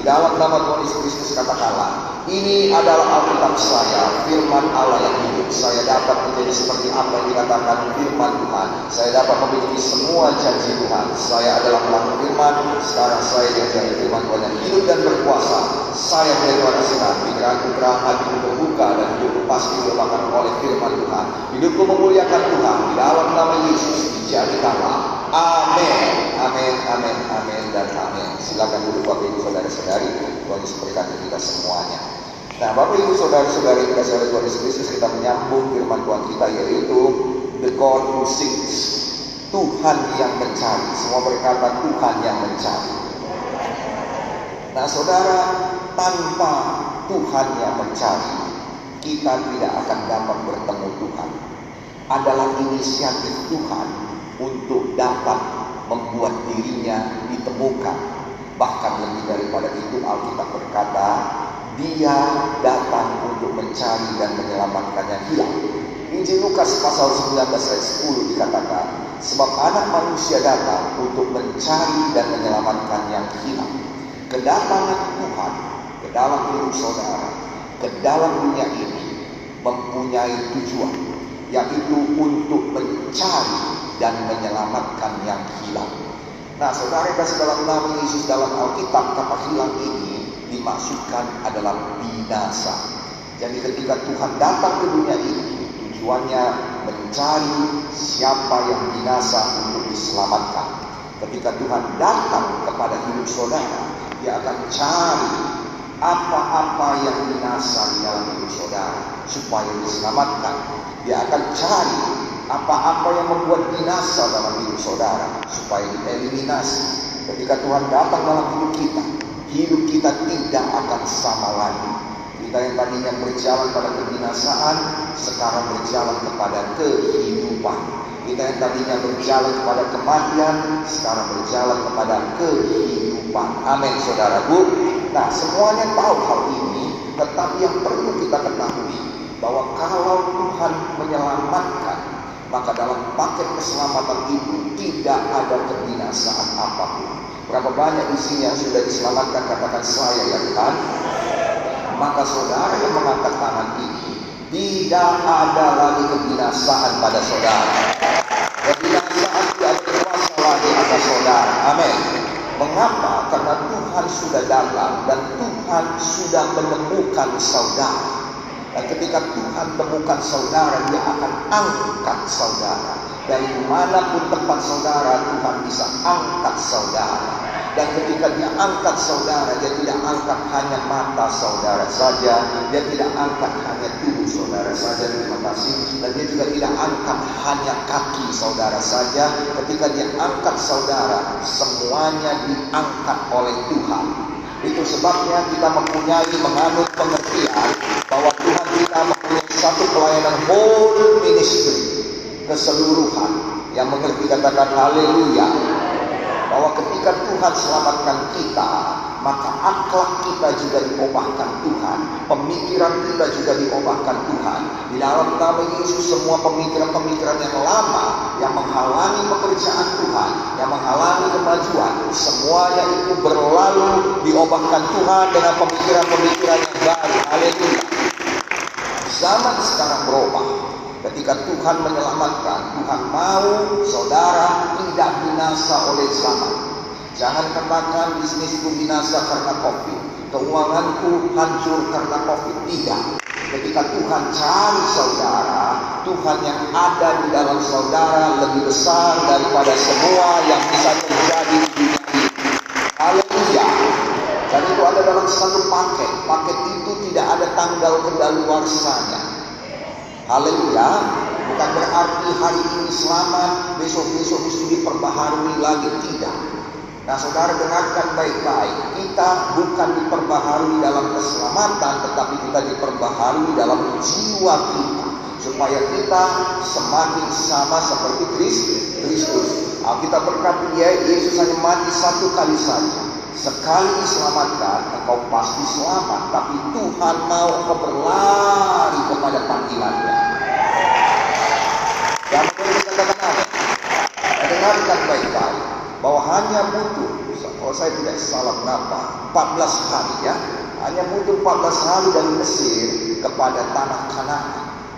dalam nama Tuhan Yesus Kristus katakanlah, ini adalah Alkitab saya, firman Allah yang hidup. Saya dapat menjadi seperti apa yang dikatakan firman Tuhan. Saya dapat memiliki semua janji Tuhan. Saya adalah pelaku firman. Sekarang saya diajari firman Tuhan yang hidup dan berkuasa. Saya berdoa sekarang, pikiranku terang, hatiku terbuka, dan hidupku pasti diubahkan oleh firman Tuhan. Hidupku memuliakan Tuhan. Di dalam nama Yesus dijadikanlah. Amin, amin, amin, amin, dan amin. Silakan duduk Bapak Ibu Saudara-saudari. Tuhan Yesus berkati kita semuanya. Nah, Bapak Ibu Saudara-saudari kita oleh Tuhan Yesus Kristus, kita menyambung firman Tuhan kita, yaitu The God who seeks. Tuhan yang mencari. Semua berkata Tuhan yang mencari. Nah, saudara, tanpa Tuhan yang mencari, kita tidak akan dapat bertemu Tuhan. Adalah inisiatif Tuhan untuk dapat membuat dirinya ditemukan. Bahkan lebih daripada itu, Alkitab berkata, Dia datang untuk mencari dan menyelamatkan yang hilang. Injil Lukas pasal 19 ayat 10 dikatakan, sebab anak manusia datang untuk mencari dan menyelamatkan yang hilang. Kedatangan Tuhan ke dalam hidup saudara, ke dalam dunia ini, mempunyai tujuan, yaitu untuk mencari dan menyelamatkan yang hilang. Nah, saudara kasih dalam nama Yesus, dalam Alkitab, kata hilang ini dimaksudkan adalah binasa. Jadi ketika Tuhan datang ke dunia ini, tujuannya mencari siapa yang binasa untuk diselamatkan. Ketika Tuhan datang kepada hidup saudara, Dia akan cari apa-apa yang binasa di dalam hidup saudara supaya diselamatkan. Dia akan cari apa-apa yang membuat binasa dalam hidup saudara supaya dieliminasi. Ketika Tuhan datang dalam hidup kita tidak akan sama lagi. Kita yang tadinya berjalan pada kebinasaan, sekarang berjalan kepada kehidupan. Kita yang tadinya berjalan kepada kematian, sekarang berjalan kepada kehidupan. Amin, saudaraku. Nah, semuanya tahu hal ini, tetapi yang perlu kita ketahui bahwa kalau Tuhan menyelamatkan, maka dalam paket keselamatan itu tidak ada kebinasaan apapun. Berapa banyak di sini yang sudah diselamatkan, katakan saya ya Tuhan. Maka saudara yang mengangkat tangan ini, tidak ada lagi kebinasaan pada saudara. Kebinasaan tidak berkuasa lagi atas saudara. Amin. Mengapa? Karena Tuhan sudah datang dan Tuhan sudah menemukan saudara. Dan ketika Tuhan temukan saudara, Dia akan angkat saudara. Dari manapun tempat saudara, Tuhan bisa angkat saudara. Dan ketika Dia angkat saudara, Dia tidak angkat hanya mata saudara saja, Dia tidak angkat hanya tubuh saudara saja, terima kasih. Dan Dia juga tidak angkat hanya kaki saudara saja. Ketika Dia angkat saudara, semuanya diangkat oleh Tuhan. Itu sebabnya kita menganut pengertian bahwa Tuhan kita mempunyai satu pelayanan whole ministry, keseluruhan. Yang mengerti katakan haleluya. Bahwa ketika Tuhan selamatkan kita, maka akhlak kita juga diubahkan Tuhan, pemikiran kita juga diubahkan Tuhan. Di dalam nama Yesus, semua pemikiran-pemikiran yang lama yang menghalangi pekerjaan Tuhan, yang menghalangi kemajuan, semuanya itu berlalu diubahkan Tuhan dengan pemikiran-pemikiran yang baru. Haleluya. Zaman sekarang berubah. Ketika Tuhan menyelamatkan, Tuhan mau saudara tidak binasa oleh zaman. Jangan katakan bisnisku binasa karena COVID, keuanganku hancur karena COVID. Tidak. Ketika Tuhan cari saudara, Tuhan yang ada di dalam saudara lebih besar daripada semua yang bisa terjadi di dunia ini. Haleluya. Dan itu ada dalam satu paket. Paket itu tidak ada tanggal kedaluarsanya. Haleluya. Bukan berarti hari ini selamat, besok-besok mesti diperbaharui lagi. Tidak. Nah, saudara dengarkan baik-baik. Kita bukan diperbaharui dalam keselamatan, tetapi kita diperbaharui dalam jiwa kita, supaya kita semakin sama seperti Kristus. Alkitab berkata, Yesus hanya mati satu kali saja. Sekali diselamatkan, engkau pasti selamat. Tapi Tuhan mau engkau berlari kepada panggilannya. Yang perlu kita katakan, dengarkan baik-baik. bahwa hanya butuh, kalau saya tidak salah berapa, 14 hari ya, hanya butuh 14 hari dari Mesir kepada tanah Kanaan.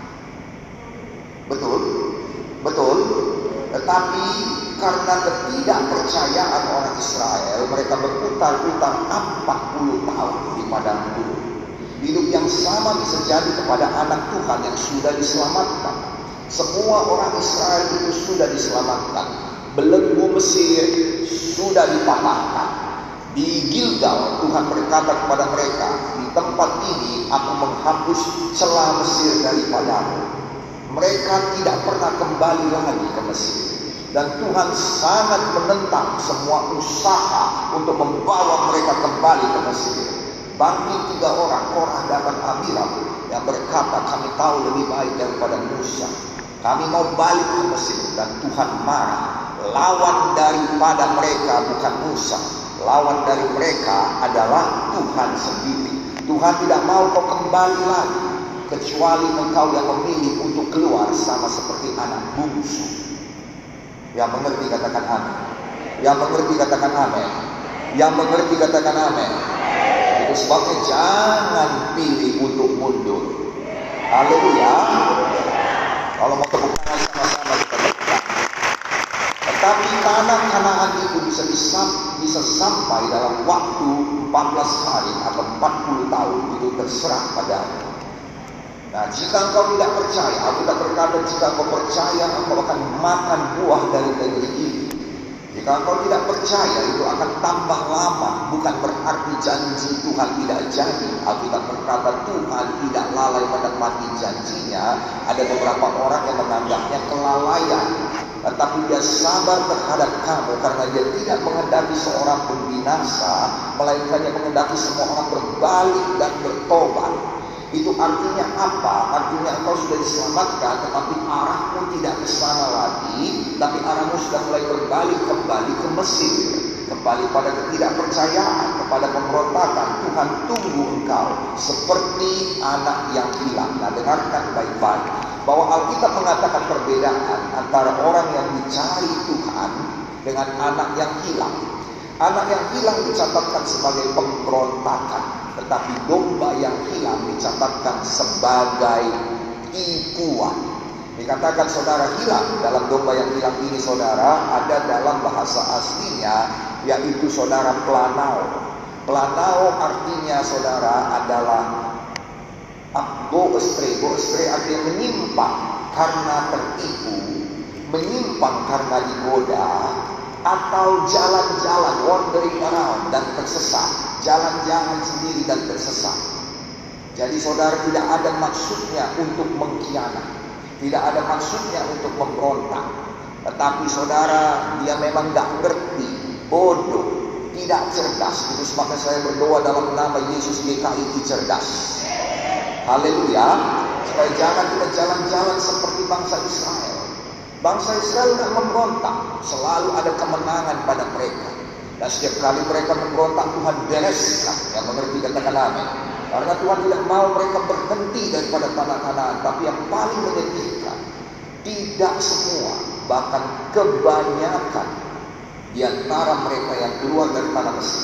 Betul? Betul? Tetapi karena ketidakpercayaan orang Israel, mereka berputar-putar 40 tahun di padang gurun. Hidup yang sama bisa jadi kepada anak Tuhan yang sudah diselamatkan. Semua orang Israel itu sudah diselamatkan. Belenggu Mesir sudah dipatahkan. Di Gilgal Tuhan berkata kepada mereka, di tempat ini aku menghapus celah Mesir daripadamu. Mereka tidak pernah kembali lagi ke Mesir. Dan Tuhan sangat menentang semua usaha untuk membawa mereka kembali ke Mesir. Bangkit 3 orang, Korah dan Abiram, yang berkata, kami tahu lebih baik daripada Musa. Kami mau balik ke Mesir. Dan Tuhan marah. Lawan daripada mereka bukan Musa. Lawan dari mereka adalah Tuhan sendiri. Tuhan tidak mau kau kembali lagi, kecuali engkau yang memilih untuk keluar sama seperti anak bungsu. Yang mengerti katakan amin. Yang mengerti katakan amin. Yang mengerti katakan amin. Itu sebabnya jangan pilih untuk mundur. Haleluya. Kalau mau tepuk tangan sama-sama kita tepuk tangan. Tetapi tanah Kanaan itu bisa sampai dalam waktu 14 hari atau 40 tahun. Itu terserah padamu. Nah, jika engkau tidak percaya, Alkitab berkata, jika engkau percaya, engkau akan makan buah dari negeri ini. Jika engkau tidak percaya, itu akan tambah lama. Bukan berarti janji Tuhan tidak jadi. Alkitab berkata, Tuhan tidak lalai menepati janjinya. Ada beberapa orang yang menganggapnya kelalaian, tetapi dia sabar terhadap kamu, karena dia tidak menghendaki seorang pun binasa, melainkan dia menghendaki semua orang berbalik dan bertobat. Itu artinya apa? Artinya engkau sudah diselamatkan, tetapi arahmu tidak ke sana lagi, tapi arahmu sudah mulai berbalik kembali ke Mesir, kembali pada ketidakpercayaan, kepada pemberontakan. Tuhan tunggu engkau seperti anak yang hilang. Nah, dengarkan baik-baik bahwa Alkitab mengatakan perbedaan antara orang yang dicari Tuhan dengan anak yang hilang. Anak yang hilang dicatatkan sebagai pemberontakan, tetapi domba yang hilang dicatatkan sebagai tipuan. Dikatakan saudara hilang, dalam domba yang hilang ini saudara ada dalam bahasa aslinya, yaitu saudara planao. Planao artinya saudara adalah go astray. Go astray artinya menyimpang karena tertipu, menyimpang karena digoda, atau jalan-jalan, wandering around dan tersesat, jalan-jalan sendiri dan tersesat. Jadi saudara tidak ada maksudnya untuk mengkhianat, tidak ada maksudnya untuk memberontak, tetapi saudara dia memang tidak ngerti, bodoh, tidak cerdas. Itu sebabnya saya berdoa dalam nama Yesus GKI cerdas. Haleluya. Supaya jangan kita jalan-jalan seperti bangsa Israel. Bangsa Israel tidak memberontak, selalu ada kemenangan pada mereka. Dan setiap kali mereka memberontak, Tuhan bereskan. Yang mengerti katakan amin. Karena Tuhan tidak mau mereka berhenti daripada tanah Kanaan. Tapi yang paling menyedihkan, tidak semua, bahkan kebanyakan di antara mereka yang keluar dari tanah Mesir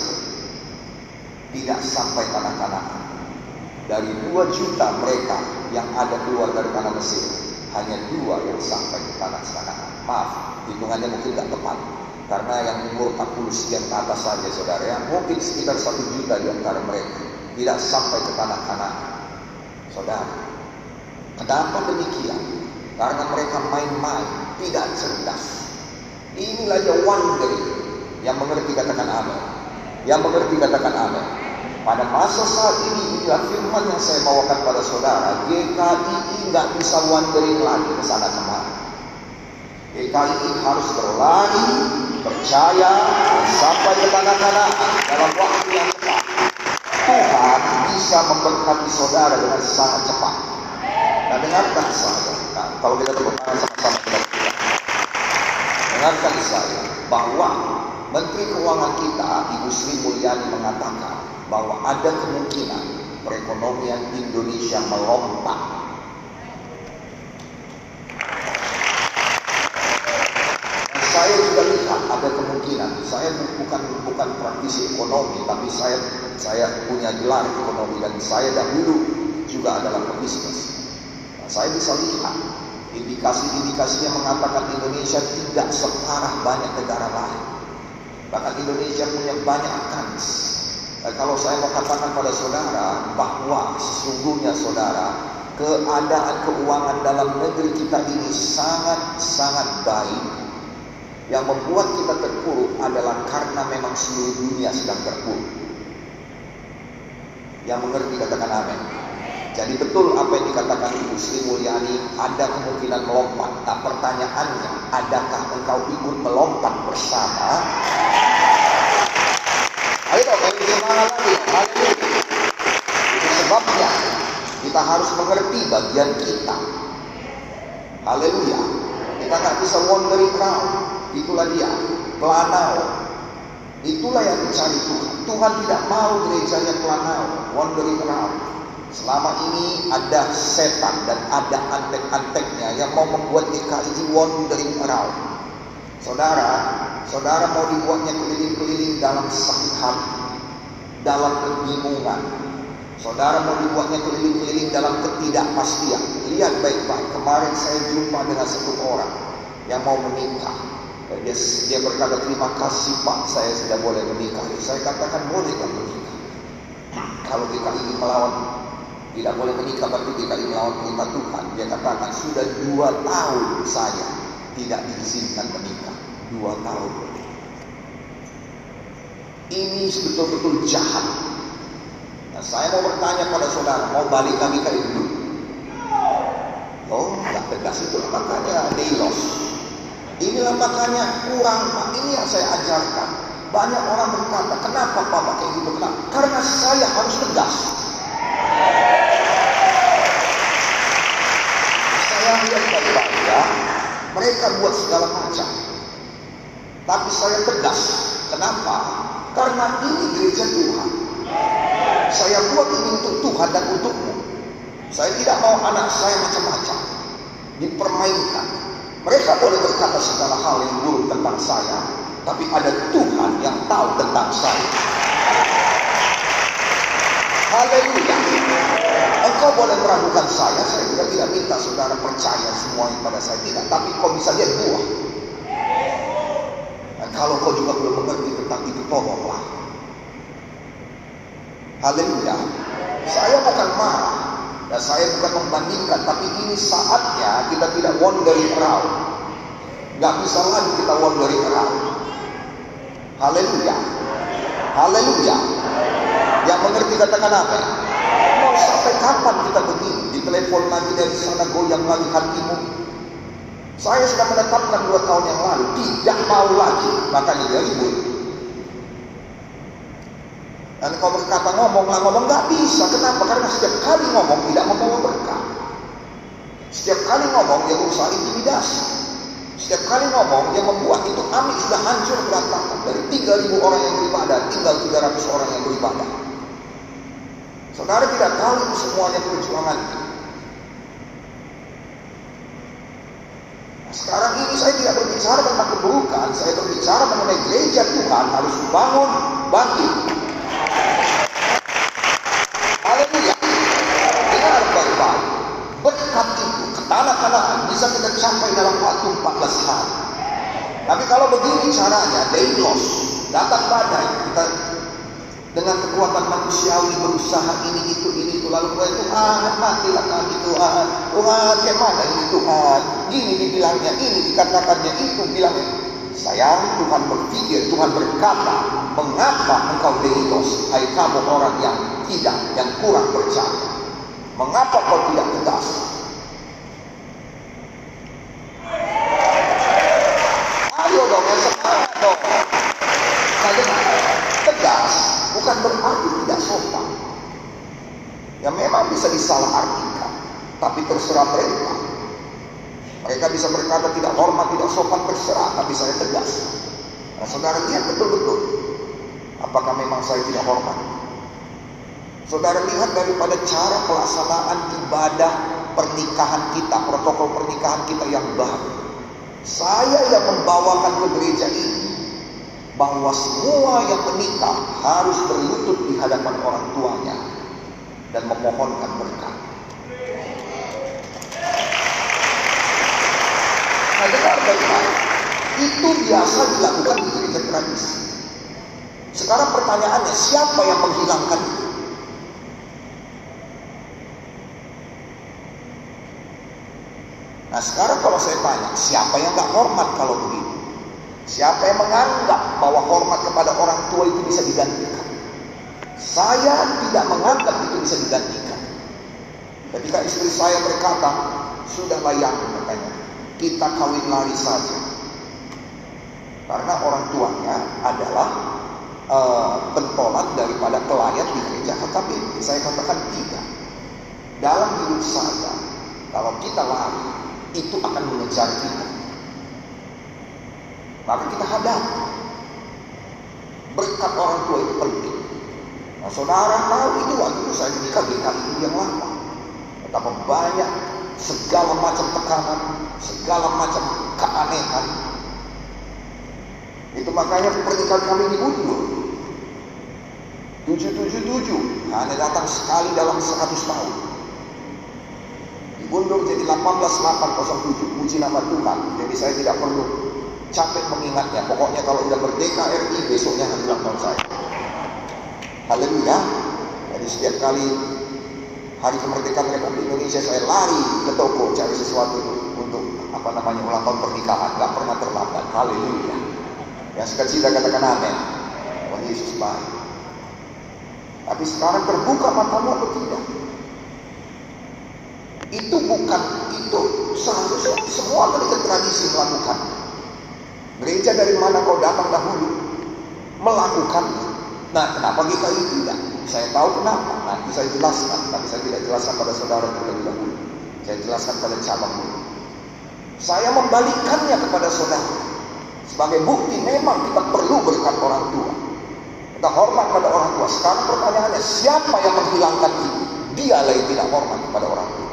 tidak sampai tanah Kanaan. Dari 2 juta mereka yang ada keluar dari tanah Mesir, hanya 2 yang sampai ke tanah Kanaan. Maaf, hitungannya mungkin tidak tepat, karena yang umur 40 sekian ke atas saja saudara, yang mungkin sekitar 1 juta di antara mereka tidak sampai ke tanah Kanaan. Saudara, kenapa demikian? Karena mereka main-main, tidak cerdas. Inilah yang wandering. Yang mengerti katakan amin. Yang mengerti katakan amin. Pada masa saat ini, inilah firman yang saya bawakan pada saudara. GKI nggak bisa wandering lagi ke sana kemari. GKI harus berlari, percaya, dan sampai ke tanah Kanaan dalam waktu yang tepat. Tuhan bisa memberkati saudara dengan sangat cepat. Nah, dengarkan saya. Nah, kalau kita tepuk tangan sama-sama kita berdoa. Dengarkan saya bahwa Menteri Keuangan kita, Ibu Sri Mulyani, mengatakan bahwa ada kemungkinan perekonomian Indonesia melompat. Dan saya juga lihat ada kemungkinan kemungkinan. Saya bukan praktisi ekonomi, tapi saya punya gelar ekonomi dan saya dahulu juga adalah pebisnis. Nah, saya bisa lihat indikasi-indikasi yang mengatakan Indonesia tidak separah banyak negara lain. Bahkan Indonesia punya banyak kans. Kalau saya mau katakan pada saudara bahwa sesungguhnya saudara, keadaan keuangan dalam negeri kita ini sangat-sangat baik. Yang membuat kita terpuruk adalah karena memang seluruh dunia sedang terpuruk. Yang mengerti katakan amin. Jadi betul apa yang dikatakan Ibu Sri Mulyani, ada kemungkinan melompat. Nah pertanyaannya, adakah engkau ikut melompat bersama? Ayo dong, lebih semangat lagi. Haleluya. Itu sebabnya kita harus mengerti bagian kita. Haleluya. Kita nggak bisa wandering around. Itulah dia, pelanau. Itulah yang dicari Tuhan. Tuhan tidak mau gerejanya pelanau, wandering around. Selama ini ada setan dan ada antek-anteknya yang mau membuat GKI wandering around. Saudara mau dibuatnya keliling-keliling dalam sakit hati, dalam kebingungan. Saudara mau dibuatnya keliling-keliling dalam ketidakpastian. Lihat baik-baik, kemarin saya jumpa dengan satu orang yang mau menikah. Dia berkata, terima kasih Pak, saya sudah boleh menikah. Saya katakan, boleh kan menikah. Kalau GKI melawan, tidak boleh menikah, berarti GKI melawan perintah Tuhan. Dia katakan, sudah 2 tahun saya tidak diizinkan menikah. 2 tahun. Ini betul-betul jahat. Nah, saya mau bertanya pada saudara, mau balik lagi ke dulu? Oh, nggak tegas itu, makanya Delos. Inilah makanya kurang, Pak. Ini yang saya ajarkan. Banyak orang berkata, kenapa Pak kayak gitu? Kenapa? Karena saya harus tegas. Saya lihat baik-baik ya, mereka buat segala macam. Tapi saya tegas. Kenapa? Karena ini gereja Tuhan. Saya buat ini untuk Tuhan dan untukmu. Saya tidak mau anak saya macam-macam dipermainkan. Mereka boleh berkata segala hal yang buruk tentang saya, tapi ada Tuhan yang tahu tentang saya. Haleluya. Engkau boleh meragukan saya juga tidak minta saudara percaya semuanya pada saya, tidak. Tapi kau bisa lihat buah. Dan kalau kau juga belum mengerti tentang itu, tolonglah. Haleluya. Saya bukan marah. Dan saya bukan membandingkan, tapi ini saatnya kita tidak wandering around. Gak bisa lagi kita wandering around. Haleluya. Haleluya. Yang mengerti katakan apa? Mau sampai kapan kita begini? Ditelepon lagi dari sana, goyang lagi hatimu. Saya sudah menetapkan 2 tahun yang lalu, tidak mau lagi. Makanya dia ribut. Dan kau berkata ngomong, gak bisa. Kenapa? Karena setiap kali ngomong tidak membawa berkah. Setiap kali ngomong dia berusaha intimidasi. Setiap kali ngomong dia membuat itu Ami sudah hancur berantakan. Dari 3.000 orang yang beribadah, tinggal 300 orang yang beribadah. Saudara tidak tahu itu semuanya perjuangan. Nah, sekarang ini saya tidak berbicara tentang keburukan. Saya berbicara mengenai gereja Tuhan harus dibangun, bangkit. Haleluya. Dengar baik-baik. Berkat itu, ketanak-tanakan bisa kita capai dalam waktu 14 hari. Tapi kalau begini caranya, Delos, datang badai, kita dengan kekuatan manusiawi berusaha ini itu, lalu Tuhan, matilah kami Tuhan, kayak mana ini Tuhan, gini dibilangnya, ini dikatakannya, itu bilangnya. Sayang, Tuhan berpikir, Tuhan berkata, mengapa engkau Delos, hai kamu orang yang kurang percaya? Mengapa kau tidak tegas? Ayo dong, yang semangat dong. Tegas bukan berarti tidak sopan. Ya memang bisa disalahartikan, tapi terserah mereka. Mereka bisa berkata tidak hormat, tidak sopan, terserah, tapi saya tegas. Nah, saudara lihat betul-betul, apakah memang saya tidak hormat? Saudara lihat daripada cara pelaksanaan ibadah pernikahan kita, protokol pernikahan kita yang baru. Saya yang membawakan ke gereja ini. bahwa semua yang menikah harus berlutut di hadapan orang tuanya dan memohonkan berkat. Nah, dengar baik-baik. Itu biasa dilakukan di gereja tradisi. Sekarang pertanyaannya, siapa yang menghilangkan itu? Nah, sekarang kalau saya tanya, siapa yang gak hormat kalau begitu? Siapa yang menganggap bahwa hormat kepada orang tua itu bisa digantikan? Saya tidak menganggap itu bisa digantikan. Ketika istri saya berkata, sudah layak katanya, kita kawin lari saja. Karena orang tuanya adalah pentolan daripada pelayan di gereja HKBP. Saya katakan tidak. Dalam hidup saya, kalau kita lari, itu akan mengejar kita. Maka kita hadapi. Berkat orang tua itu penting. Nah, saudara tahu itu waktu itu saya menikah GKI yang lama. Betapa banyak segala macam tekanan, segala macam keanehan. Itu makanya pernikahan kami diundur. 777 hanya datang sekali dalam 100 tahun. Diundur jadi 18807. Puji nama Tuhan. Jadi saya tidak perlu capek mengingatnya. Pokoknya kalau udah merdeka RI, besoknya hari ulang tahun saya. Haleluya. Jadi setiap kali hari kemerdekaan Republik Indonesia, saya lari ke toko cari sesuatu untuk ulang tahun pernikahan. Gak pernah terlambat. Haleluya. Yang sukacita katakan amin. Oh, Yesus baik. Tapi sekarang terbuka matamu atau tidak? Itu seharusnya semua gereja tradisi melakukan. Gereja dari mana kau datang dahulu melakukan. Nah, kenapa GKI tidak? Saya tahu kenapa. Nanti saya jelaskan. Tapi saya tidak jelaskan pada saudara terlebih dahulu. Saya jelaskan pada cabang dulu. Saya membalikkannya kepada saudara. Sebagai bukti memang kita perlu berkat orang tua. Kita hormat pada orang tua. Sekarang pertanyaannya, siapa yang menghilangkan itu? Dialah yang tidak hormat kepada orang tua.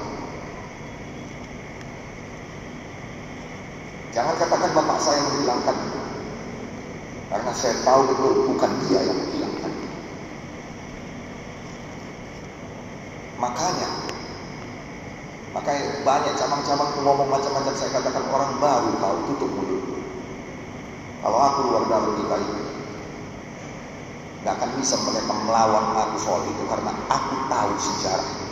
Jangan katakan bapak saya menghilangkan itu. Karena saya tahu itu bukan dia yang menghilangkan itu. Makanya banyak cabang-cabang ngomong macam-macam. Saya katakan orang baru tahu, tutup mulut. Kalau aku luar dalam kita ini, gak akan bisa mereka melawan aku soal itu, karena aku tahu sejarahnya.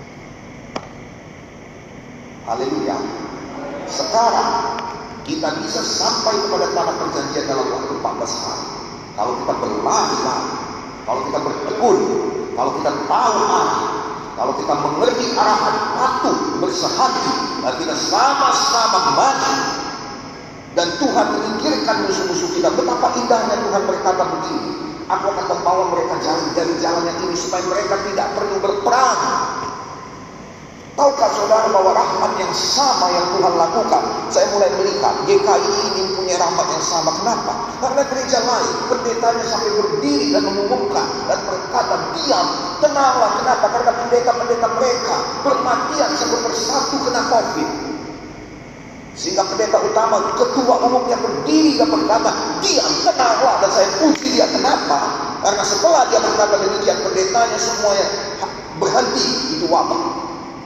Haleluya. Sekarang kita bisa sampai kepada tanah perjanjian dalam waktu 14 hari. Kalau kita berlari-lari, kalau kita bertekun, kalau kita tahu arah, kalau kita mengerti arahan, patuh, bersehati, dan kita sama-sama maju. Dan Tuhan menyingkirkan musuh-musuh kita. Betapa indahnya Tuhan berkata begini, aku akan membawa mereka dari jalan yang ini supaya mereka tidak perlu berperang. Tahukah saudara bahwa rahmat yang sama yang Tuhan lakukan? Saya mulai melihat GKI ini punya rahmat yang sama. Kenapa? Karena gereja lain pendetanya sampai berdiri dan mengumumkan dan berkata, diam, tenanglah. Kenapa? Karena pendeta-pendeta mereka bermatian satu persatu kena COVID. Sehingga pendeta utama, ketua umumnya berdiri dan berkata, diam, tenanglah. Dan saya puji dia. Kenapa? Karena setelah dia berkata demikian, pendetanya semuanya berhenti. Itu wabah.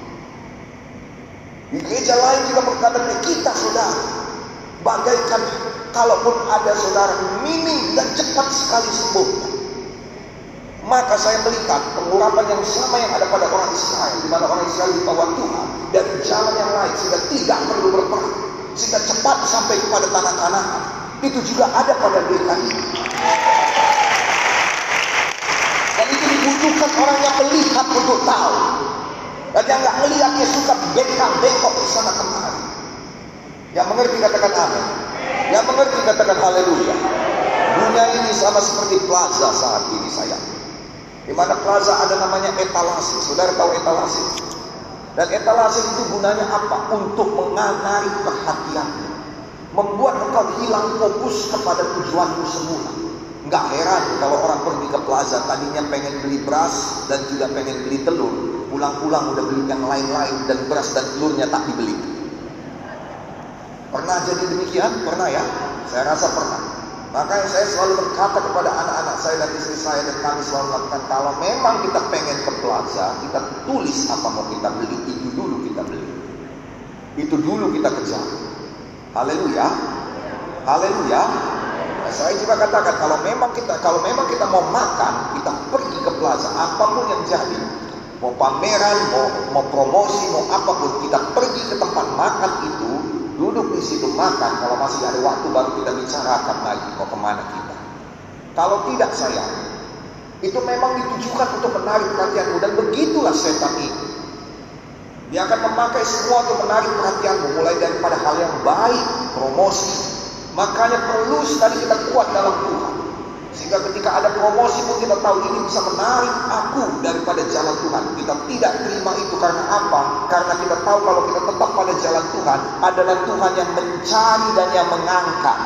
Di gereja lain juga berkata, kita saudara, bagaikan kalaupun ada saudara minim dan cepat sekali sembuh. Maka saya melihat pengurapan yang sama yang ada pada orang Israel, di mana orang Israel dibawa Tuhan dari jalan yang lain sehingga tidak perlu berperang, sehingga cepat sampai kepada tanah Kanaan. Itu juga ada pada GKI. Dan itu dibutuhkan orang yang melihat untuk tahu. Dan yang nggak melihat, dia suka bengkok di sana kemari. Yang mengerti katakan amin. Yang mengerti katakan haleluya. Dunia ini sama seperti plaza saat ini sayang. Di mana plaza ada namanya etalase. Saudara tahu etalase? Dan etalase itu gunanya apa? Untuk menarik perhatianmu, membuat engkau hilang fokus kepada tujuanmu semula. Nggak heran kalau orang pergi ke plaza, tadinya pengen beli beras dan juga pengen beli telur, pulang-pulang udah beli yang lain-lain dan beras dan telurnya tak dibeli. Pernah jadi demikian? Pernah ya? Saya rasa pernah. Makanya saya selalu berkata kepada anak-anak saya dan istri saya, dan kami selalu melakukan, kalau memang kita pengen ke plaza, kita tulis apa mau kita beli, itu dulu kita beli, itu dulu kita kejar. Haleluya, haleluya. Nah, saya juga katakan, kalau memang kita mau makan, kita pergi ke plaza, apapun yang jadi, mau pameran, mau promosi, mau apapun, kita pergi ke tempat makan itu, duduk di situ makan. Kalau masih ada waktu baru kita bicarakan lagi mau kemana kita. Kalau tidak sayang, itu memang ditujukan untuk menarik perhatianmu, dan begitulah setan ini. Dia akan memakai semua untuk menarik perhatianmu, mulai daripada hal yang baik, promosi. Makanya perlu sekali kita kuat dalam Tuhan, sehingga ketika ada promosi pun kita tahu ini bisa menarik aku daripada jalan Tuhan. Kita tidak terima itu karena apa? Karena kita tahu kalau kita tetap pada jalan Tuhan, adalah Tuhan yang mencari dan yang mengangkat.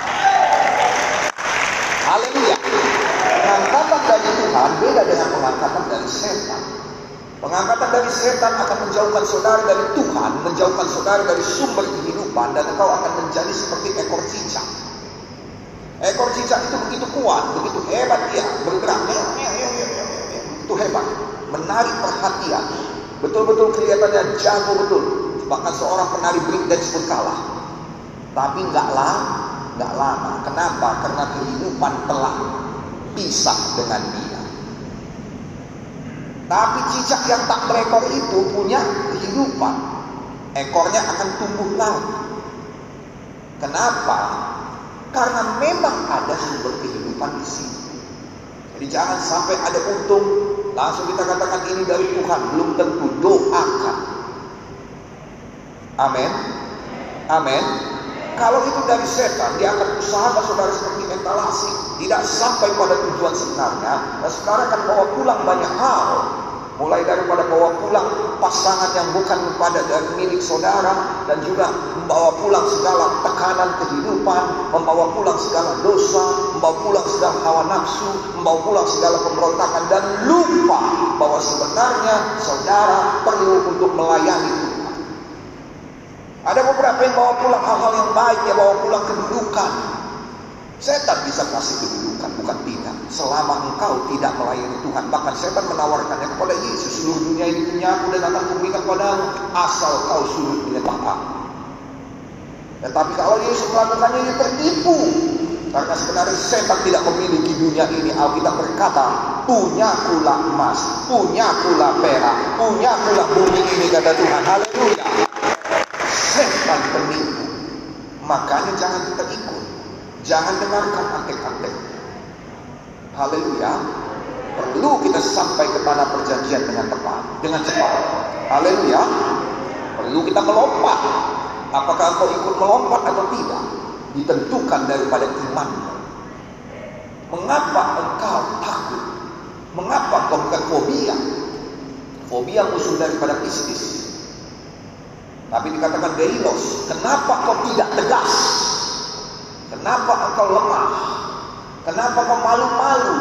Haleluya. Pengangkatan dari Tuhan beda dengan pengangkatan dari setan. Pengangkatan dari setan akan menjauhkan saudara dari Tuhan, menjauhkan saudara dari sumber kehidupan, dan engkau akan menjadi seperti ekor cicak. Ekor cicak itu begitu kuat, begitu hebat dia bergerak, begitu hebat, menarik perhatian, betul-betul kelihatannya jago betul. Bahkan seorang penari breakdance pun kalah. Tapi nggak lama. Kenapa? Karena kehidupan telah pisah dengan dia. Tapi cicak yang tak berekor itu punya kehidupan. Ekornya akan tumbuh lagi. Kenapa? Karena memang ada sumber kehidupan di sini. Jadi jangan sampai ada untung langsung kita katakan ini dari Tuhan. Belum tentu, doakan. Amin. Amin. Kalau itu dari setan, dia akan usahakan saudara seperti etalasi, tidak sampai pada tujuan sebenarnya. Dan saudara akan bawa pulang banyak hal, mulai daripada bawa pulang pasangan yang bukan pada dari milik saudara, dan juga membawa pulang segala tekanan kehidupan, membawa pulang segala dosa, membawa pulang segala hawa nafsu, membawa pulang segala pemberontakan, dan lupa bahwa sebenarnya saudara perlu untuk melayani Tuhan. Ada beberapa yang bawa pulang hal-hal yang baik, ya bawa pulang kedudukan. Setan bisa kasih kedudukan, bukan tidak, selama engkau tidak melayani Tuhan. Bahkan setan menawarkannya kepada Yesus, seluruh dunia ini punya aku dan akan kuberikan padamu, asal kau sujud menyembah aku. Tetapi kalau Yesus melakukannya, dia tertipu. Karena sebenarnya setan tidak memiliki dunia ini. Alkitab berkata, punyakulah emas, punyakulah perak, punyakulah bumi ini, kata Tuhan. Haleluya. Setan penipu. Makanya jangan kita ikut. Jangan dengarkan antek-antek. Haleluya. Perlu kita sampai ke tanah perjanjian dengan tepat, dengan cepat. Haleluya. Perlu kita melompat. Apakah engkau ikut melompat atau tidak, ditentukan daripada imanmu. Mengapa engkau takut? Mengapa engkau bukan fobia? Fobia musuh daripada pistis. Tapi dikatakan deilos. Kenapa kau tidak tegas? Kenapa engkau lemah? Kenapa kau malu-malu?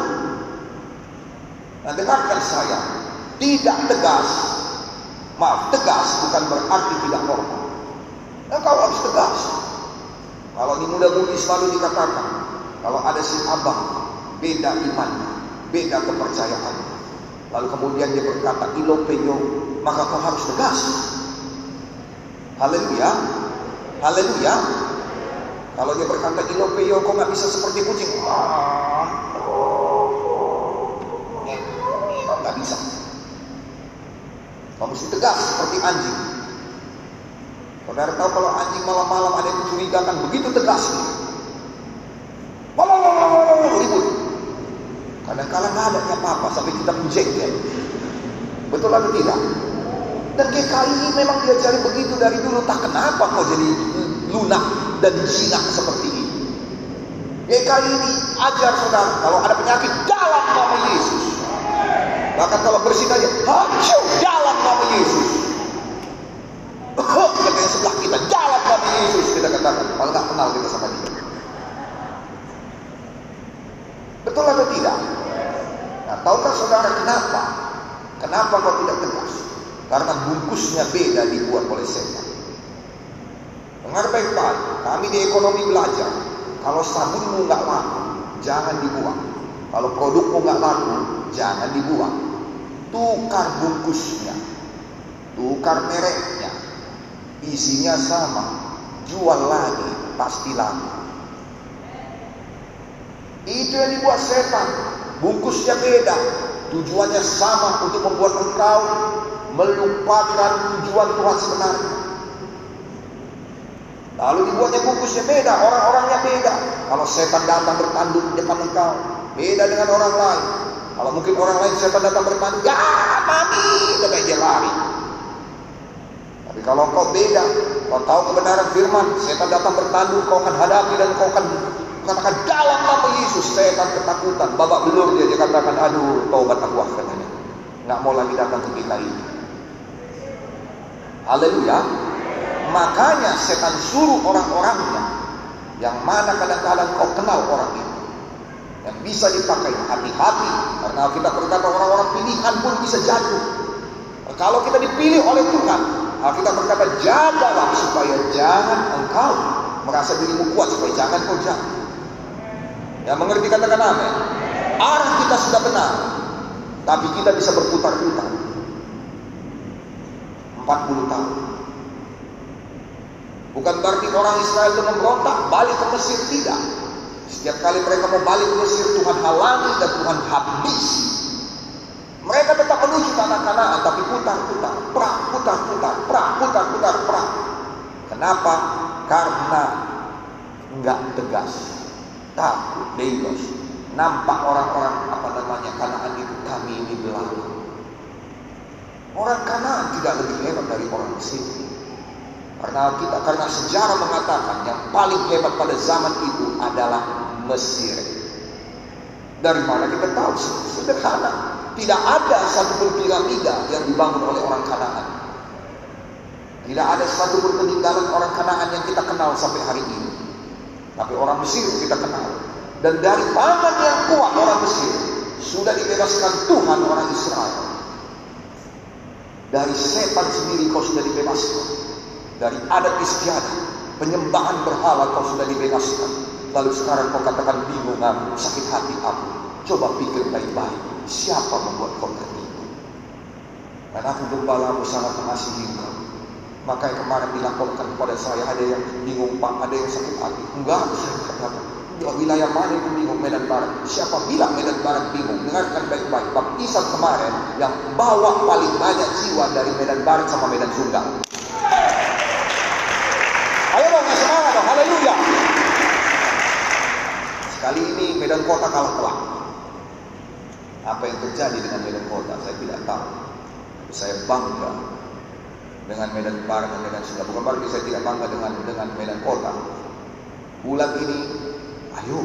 Nah, dengarkan saya. Tidak tegas. Maaf, tegas bukan berarti tidak hormat. Engkau harus tegas. Kalau di muda-mudi selalu dikatakan, kalau ada si abang, beda imannya, beda kepercayaannya. Lalu kemudian dia berkata, ilo peyo, maka kau harus tegas. Haleluya. Haleluya. Kalau dia berkata ilo peyo, kok gak bisa seperti kucing? Gak bisa. Kau mesti tegas seperti anjing. Saudara tahu kalau anjing malam-malam ada yang mencurigakan, begitu tegas. Ribut. Kadang-kadang gak ada apa-apa sampai kita menjengkel. Betul atau tidak? Dan GKI ini memang diajari begitu dari dulu. Tak kenapa kau jadi lunak dan jinak seperti ini. GKI ini ajar saudara, kalau ada penyakit, dalam nama Yesus. Bahkan kalau bersin aja, hancur dalam nama Yesus. Kata yang sebelah kita, dalam nama Yesus, kita katakan. Kalau nggak kenal kita sama dia. Betul atau tidak? Nah, tahukah saudara kenapa? Kenapa kau tidak tegas? Karena bungkusnya beda dibuat oleh setan. Dengar baik-baik, kami di ekonomi belajar. Kalau sabunmu nggak laku, jangan dibuang. Kalau produkmu nggak laku, jangan dibuang. Tukar bungkusnya, tukar mereknya, isinya sama, jual lagi, pasti laku. Itu yang dibuat setan. Bungkusnya beda, tujuannya sama untuk membuat engkau melupakan tujuan Tuhan sebenarnya. Lalu dibuatnya bungkusnya beda, orang-orangnya beda. Kalau setan datang bertanduk di depan engkau, beda dengan orang lain. Kalau mungkin orang lain setan datang bertanduk, ya mami, udah dia lari. Tapi kalau kau beda, kau tahu kebenaran firman, setan datang bertanduk, kau akan hadapi dan kau akan katakan dalam nama Yesus. Setan ketakutan, babak belur dia katakan, aduh taubat aku katanya, nggak mau lagi datang ke kita ini. Haleluya. Makanya setan suruh orang-orangnya, yang mana kadang-kadang kau kenal orang itu, yang bisa dipakai, hati-hati. Karena kita berkata orang-orang pilihan pun bisa jatuh. Kalau kita dipilih oleh Tuhan, kita berkata jagalah supaya jangan engkau merasa dirimu kuat, supaya jangan kau jatuh. Yang mengerti katakan amin. Arah kita sudah benar, tapi kita bisa berputar-putar 40 tahun. Bukan berarti orang Israel itu memberontak balik ke Mesir, tidak. Setiap kali mereka mau balik ke Mesir, Tuhan halangi dan Tuhan habis. Mereka tetap menuju tanah Kanaan, tapi putar-putar, putar-putar. Kenapa? Karena enggak tegas, takut, bebas. Nampak orang-orang Kanaan itu, kami ini belalang. Orang Kanaan tidak lebih hebat dari orang Mesir. Karena sejarah mengatakan yang paling hebat pada zaman itu adalah Mesir. Dari mana kita tahu? Sederhana. Tidak ada satupun piramida yang dibangun oleh orang Kanaan. Tidak ada satupun peninggalan orang Kanaan yang kita kenal sampai hari ini. Tapi orang Mesir kita kenal. Dan dari tangan yang kuat orang Mesir sudah dibebaskan Tuhan orang Israel. Dari setan sendiri kau sudah dibebaskan. Dari adat istiadat, penyembahan berhala kau sudah dibebaskan. Lalu sekarang kau katakan bingung aku, sakit hati aku. Coba pikir baik-baik, siapa membuat kau tertipu? Dan aku gembalamu sangat mengasihi engkau. Makanya kemarin dilaporkan kepada saya, ada yang bingung Pak, ada yang sakit hati. Enggak, saya katakan, wilayah mana itu bingung? Medan Barat. Siapa bilang Medan Barat bingung? Dengarkan baik-baik, baptisan kemarin yang bawa paling banyak jiwa dari Medan Barat sama Medan Sunda. Ayo dong, semangat dong, haleluya. Sekali ini Medan Kota kalah telak. Apa yang terjadi dengan Medan Kota saya tidak tahu. Saya bangga dengan Medan Barat dan Medan Sunda. Bukan berarti saya tidak bangga dengan Medan Kota. Bulan ini, ayo,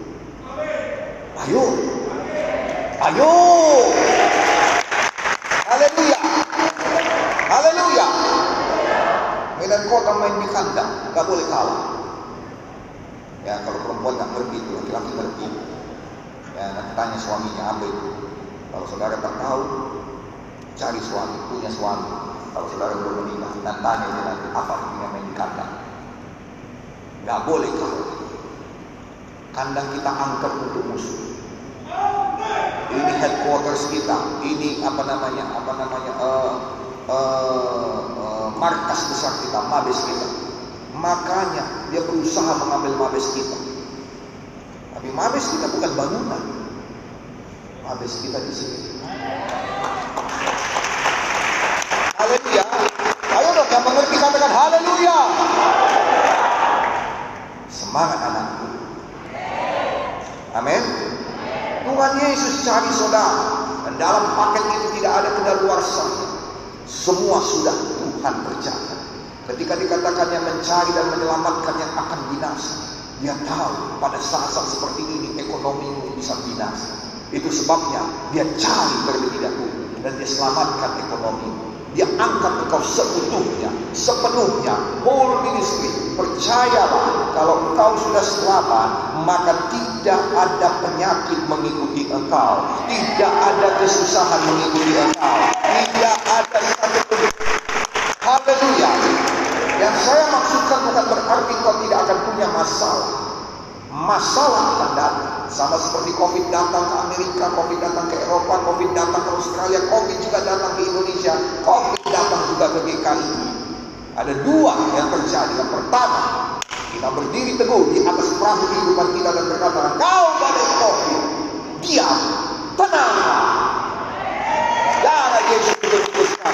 haleluya, haleluya. Medan Kota main di kandang, gak boleh kalah. Ya kalau perempuan gak ngerti itu, laki-laki ngerti. Ya nanti tanya suaminya apa itu. Kalau saudara tak tahu, cari suami, punya suami. Kalau saudara belum menikah, dan tanya dia nanti apa artinya main di kandang. Gak boleh kalah. Kandang kita angkat untuk musuh. Ini headquarters kita. Ini markas besar kita, mabes kita. Makanya dia berusaha mengambil mabes kita. Tapi mabes kita bukan bangunan. Mabes kita di sini. Haleluya. Ayo dong yang mengerti katakan haleluya. Semangat anakku. Amin. Tuhan Yesus cari saudara. Dan dalam paket itu tidak ada kedaluarsa. Semua sudah Tuhan kerjakan. Ketika dikatakannya mencari dan menyelamatkan yang akan binasa, dia tahu pada saat-saat seperti ini ekonomimu bisa binasa. Itu sebabnya dia cari terlebih dahulu dan dia selamatkan ekonomimu. Dia angkat engkau seutuhnya, sepenuhnya, whole ministry. Percayalah, kalau engkau sudah selamat, maka tidak ada penyakit mengikuti engkau, tidak ada kesusahan mengikuti engkau, tidak ada satu. Haleluya. Yang saya maksudkan bukan berarti kau tidak akan punya masalah. Amerika, Covid datang ke Eropa, Covid datang ke Australia, Covid juga datang ke Indonesia, Covid datang juga ke GKI. Ada dua yang terjadi. Yang pertama, kita berdiri teguh di atas perahu kehidupan kita dan berkata, kau badai Covid, diam, tenang. Darah Yesus dibebaskan.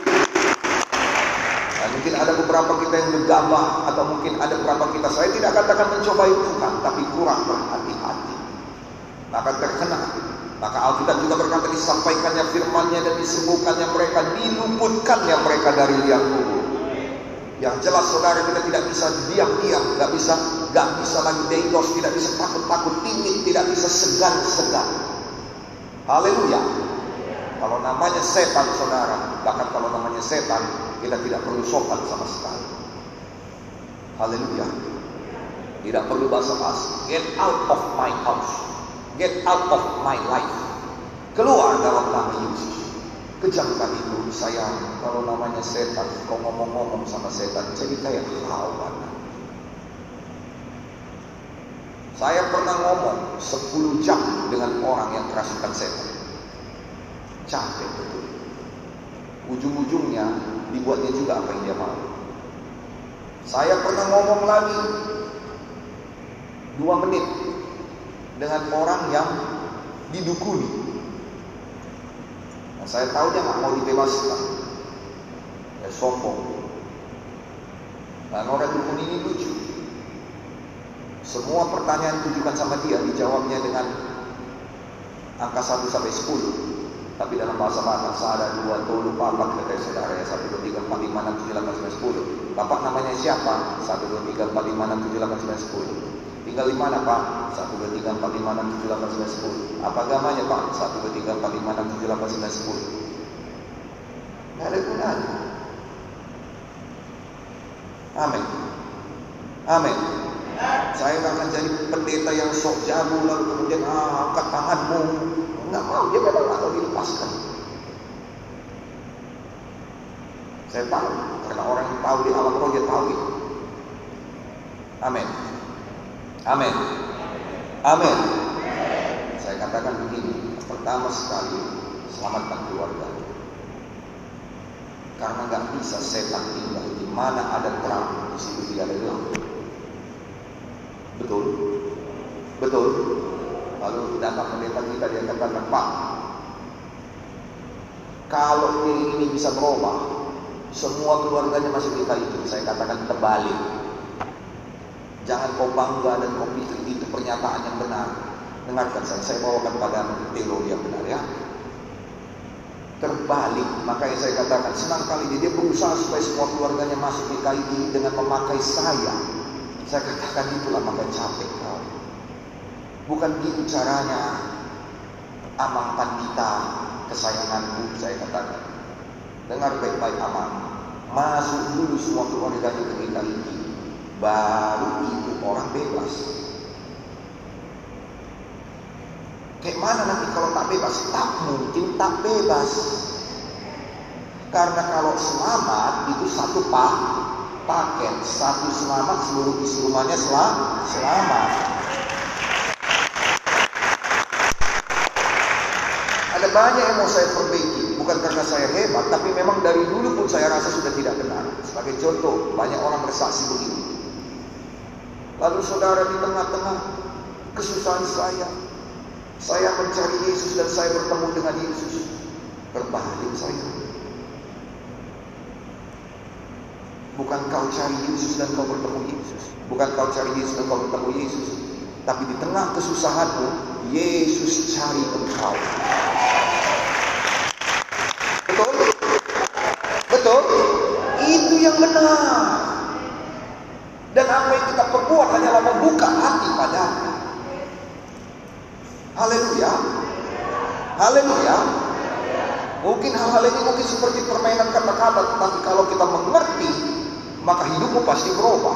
Dan mungkin ada beberapa kita yang gegabah, atau mungkin ada beberapa kita, saya tidak katakan mencobai Tuhan, tapi kurang berhati-hati, maka terkena. Maka Alkitab juga berkata, disampaikannya firman-Nya dan disembuhkannya mereka, diluputkannya mereka dari liang kubur. Yang jelas saudara, kita tidak bisa diam-diam, gak bisa lagi dengos, tidak bisa takut-takut, timid, tidak bisa segan-segan. Haleluya. Kalau namanya setan saudara, bahkan kalau namanya setan, kita tidak perlu sopan sama sekali. Haleluya. Tidak perlu basa-basi. Get out of my house. Get out of my life. Keluar dalam nama Yesus. Kejamkan itu sayang. Kalau namanya setan, kau ngomong-ngomong sama setan, jadi kayak lawan. Saya pernah ngomong 10 jam dengan orang yang kerasukan setan. Capek betul. Ujung-ujungnya dibuatnya juga apa yang dia mau. Saya pernah ngomong lagi 2 menit dengan orang yang didukuni. Nah, saya tahu dia nggak mau dibebaskan. Ya sombong. Dan orang dukun ini lucu. Semua pertanyaan tujukan sama dia dijawabnya dengan angka 1 sampai 10. Tapi dalam bahasa bahasa ada 2, 3, 4, kata saudara ya, 1, 2, 3, 4, 5, 6, 7, 8, 9, 10. Bapak namanya siapa? 1, 2, 3, 4, 5, 6, 7, 8, 9, 10. Tinggal di mana Pak? 1, 2, 3, 4, 5, 6, 7, 8, 9, 10. Apa agamanya Pak? 1, 2, 3, 4, 5, 6, 7, 8, 9, 10. Tidak ada gunanya. Amin. Amin. Saya nggak akan jadi pendeta yang sok jago lalu kemudian angkat tanganmu. Nggak mau, dia memang nggak tahu dilepaskan. Saya tahu, karena orang yang tahu di alam roh dia tahu itu. Amin. Amin. Amin. Saya katakan begini, pertama sekali selamatkan keluarga. Karena nggak bisa setan tinggal di mana ada terang, di situ tidak ada gelap. Betul? Betul? Lalu datang pendeta kita, dia katakan, Pak, kalau diri ini bisa berubah, semua keluarganya masih kita itu. Saya katakan terbalik. Jangan kau bangga dan kau pikir itu pernyataan yang benar. Dengarkan saya bawakan pada teologi yang benar ya. Terbalik, makanya saya katakan senang kali dia berusaha supaya semua keluarganya masuk di KII dengan memakai saya. Saya katakan itulah makanya capek kau. Bukan gitu caranya Amang Pandita kesayanganku, saya katakan. Dengar baik-baik Amang, masuk dulu semua keluarganya ke KII, baru itu orang bebas. Kayak mana nanti kalau tak bebas? Tak mungkin tak bebas. Karena kalau selamat itu satu paket. Satu selamat, seluruh isi rumahnya selamat. Ada banyak yang mau saya perbaiki. Bukan karena saya hebat, tapi memang dari dulu pun saya rasa sudah tidak benar. Sebagai contoh, banyak orang bersaksi begini. Lalu saudara, di tengah-tengah kesusahan saya mencari Yesus dan saya bertemu dengan Yesus. Berbalik saya. Bukan kau cari Yesus dan kau bertemu Yesus. Bukan kau cari Yesus dan kau bertemu Yesus. Tapi di tengah kesusahanmu, Yesus cari engkau. Betul? Betul? Itu yang benar. Dan apa yang kita perbuat hanyalah membuka hati padanya. Haleluya. Haleluya. Mungkin hal-hal ini mungkin seperti permainan kata-kata, tetapi kalau kita mengerti, maka hidupmu pasti berubah.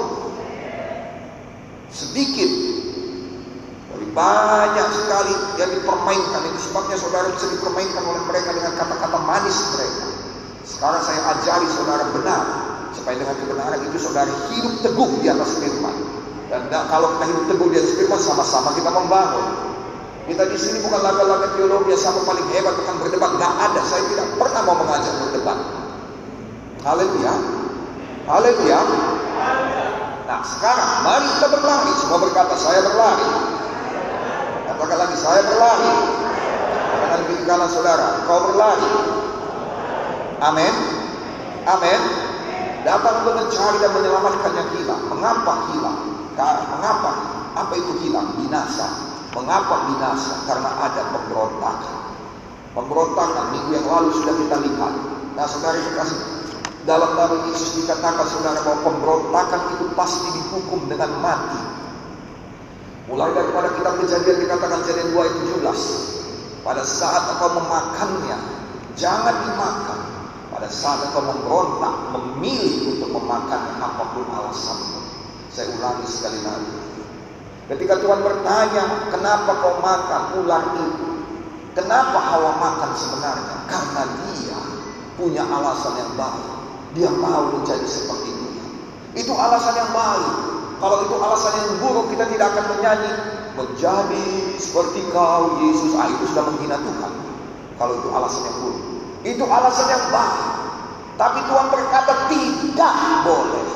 Sedikit dari banyak sekali yang dipermainkan. Itu sebabnya saudara bisa dipermainkan oleh mereka dengan kata-kata manis mereka. Sekarang saya ajari saudara benar, supaya dengan kebenaran itu saudara hidup teguh di atas firman. Dan kalau kita hidup teguh di atas firman, sama-sama kita membangun. Kita di sini bukan laga-laga teologi yang sama paling hebat, bukan berdebat. Nggak ada. Saya tidak pernah mau mengajak berdebat. Haleluya. Haleluya. Nah sekarang mari kita berlari. Semua berkata saya berlari. Katakan lagi saya berlari. Katakan di kiri kanan saudara, kau berlari. Amin. Amin. Datang untuk mencari dan menyelamatkan yang hilang. Mengapa hilang? Mengapa? Apa itu hilang? Binasa. Mengapa binasa? Karena ada pemberontakan. Pemberontakan minggu yang lalu sudah kita lihat. Nah saudara kasih, dalam nama Yesus dikatakan saudara bahwa pemberontakan itu pasti dihukum dengan mati. Mulai daripada kitab Kejadian dikatakan Kejadian 2 ayat 17. Pada saat engkau memakannya, jangan dimakan. Pada saat engkau memberontak, memilih untuk memakannya apapun alasanmu. Saya ulangi sekali lagi. Ketika Tuhan bertanya, kenapa kau makan ular itu? Kenapa Hawa makan sebenarnya? Karena dia punya alasan yang baik. Dia mau menjadi seperti Tuhan. Itu alasan yang baik. Kalau itu alasan yang buruk, kita tidak akan menyanyi menjadi seperti kau Yesus. Itu sudah menghina Tuhan. Kalau itu alasan yang buruk. Itu alasan yang baik. Tapi Tuhan berkata tidak boleh.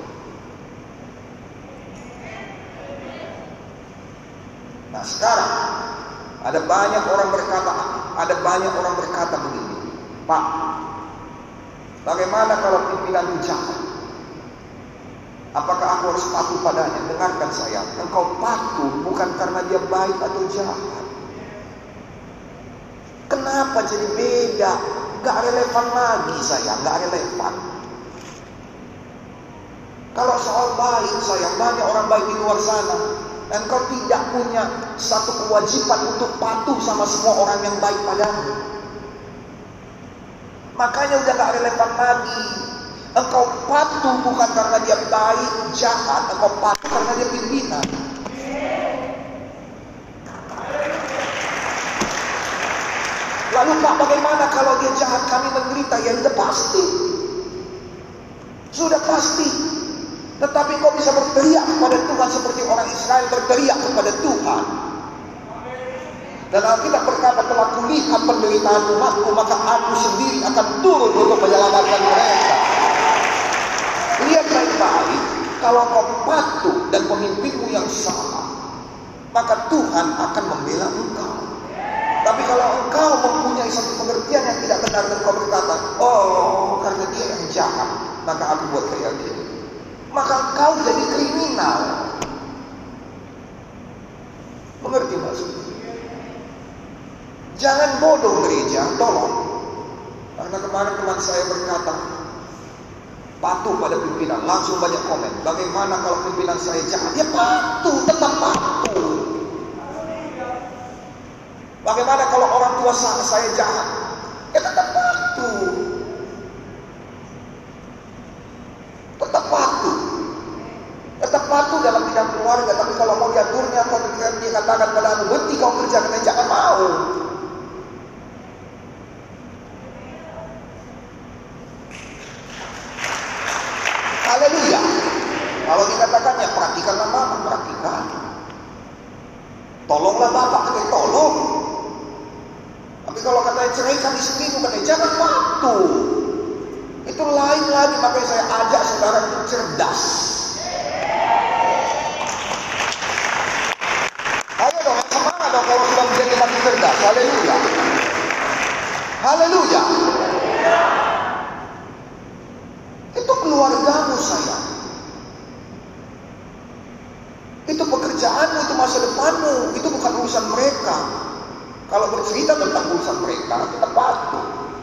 Nah sekarang ada banyak orang berkata begini, Pak, bagaimana kalau pimpinan jahat? Apakah aku harus patuh padanya? Dengarkan saya, engkau patuh bukan karena dia baik atau jahat. Kenapa jadi beda? Gak relevan lagi saya, gak relevan. Kalau soal baik saya, banyak orang baik di luar sana. Dan kau tidak punya satu kewajiban untuk patuh sama semua orang yang baik padamu. Makanya udah gak relevan lagi. Engkau patuh bukan karena dia baik, jahat. Engkau patuh karena dia pimpinan. Lalu Pak, bagaimana kalau dia jahat kami menderita? Ya sudah pasti. Sudah pasti. Tetapi kau bisa berteriak kepada Tuhan seperti orang Israel berteriak kepada Tuhan. Dan Alkitab berkata, telah kulihat penderitaan umatku, maka aku sendiri akan turun untuk menyelamatkan mereka. Lihat baik-baik, kalau kau patuh dan pemimpinmu yang salah, maka Tuhan akan membela engkau. Tapi kalau engkau mempunyai satu pengertian yang tidak benar dan kau berkata, oh karena dia yang jahat, maka aku buat kayak dia, maka engkau jadi kriminal. Mengerti maksudnya? Jangan bodoh gereja, tolong. Karena kemarin teman saya berkata, patuh pada pimpinan, langsung banyak komen. Bagaimana kalau pimpinan saya jahat? Ya patuh, tetap patuh. Bagaimana kalau orang tua saya jahat? Ya tetap patuh. Tetap patuh. Tetap patuh dalam bidang keluarga. Tapi kalau mau diaturnya, kalau dia katakan padamu, berhenti kau kerja, karena jangan mau. Haleluya. Kalau dikatakan ya perhatikanlah mama, perhatikan. Tolonglah bapak, katanya tolong. Tapi kalau katanya ceraikan istrimu, katanya jangan patuh. Itu lain lagi. Makanya saya ajak saudara untuk cerdas. Ayo dong, semangat dong kalau sudah menjadi makin cerdas. Haleluya. Haleluya. Itu keluargamu sayang. Itu pekerjaanmu, itu masa depanmu. Itu bukan urusan mereka. Kalau bercerita tentang urusan mereka, kita patuh.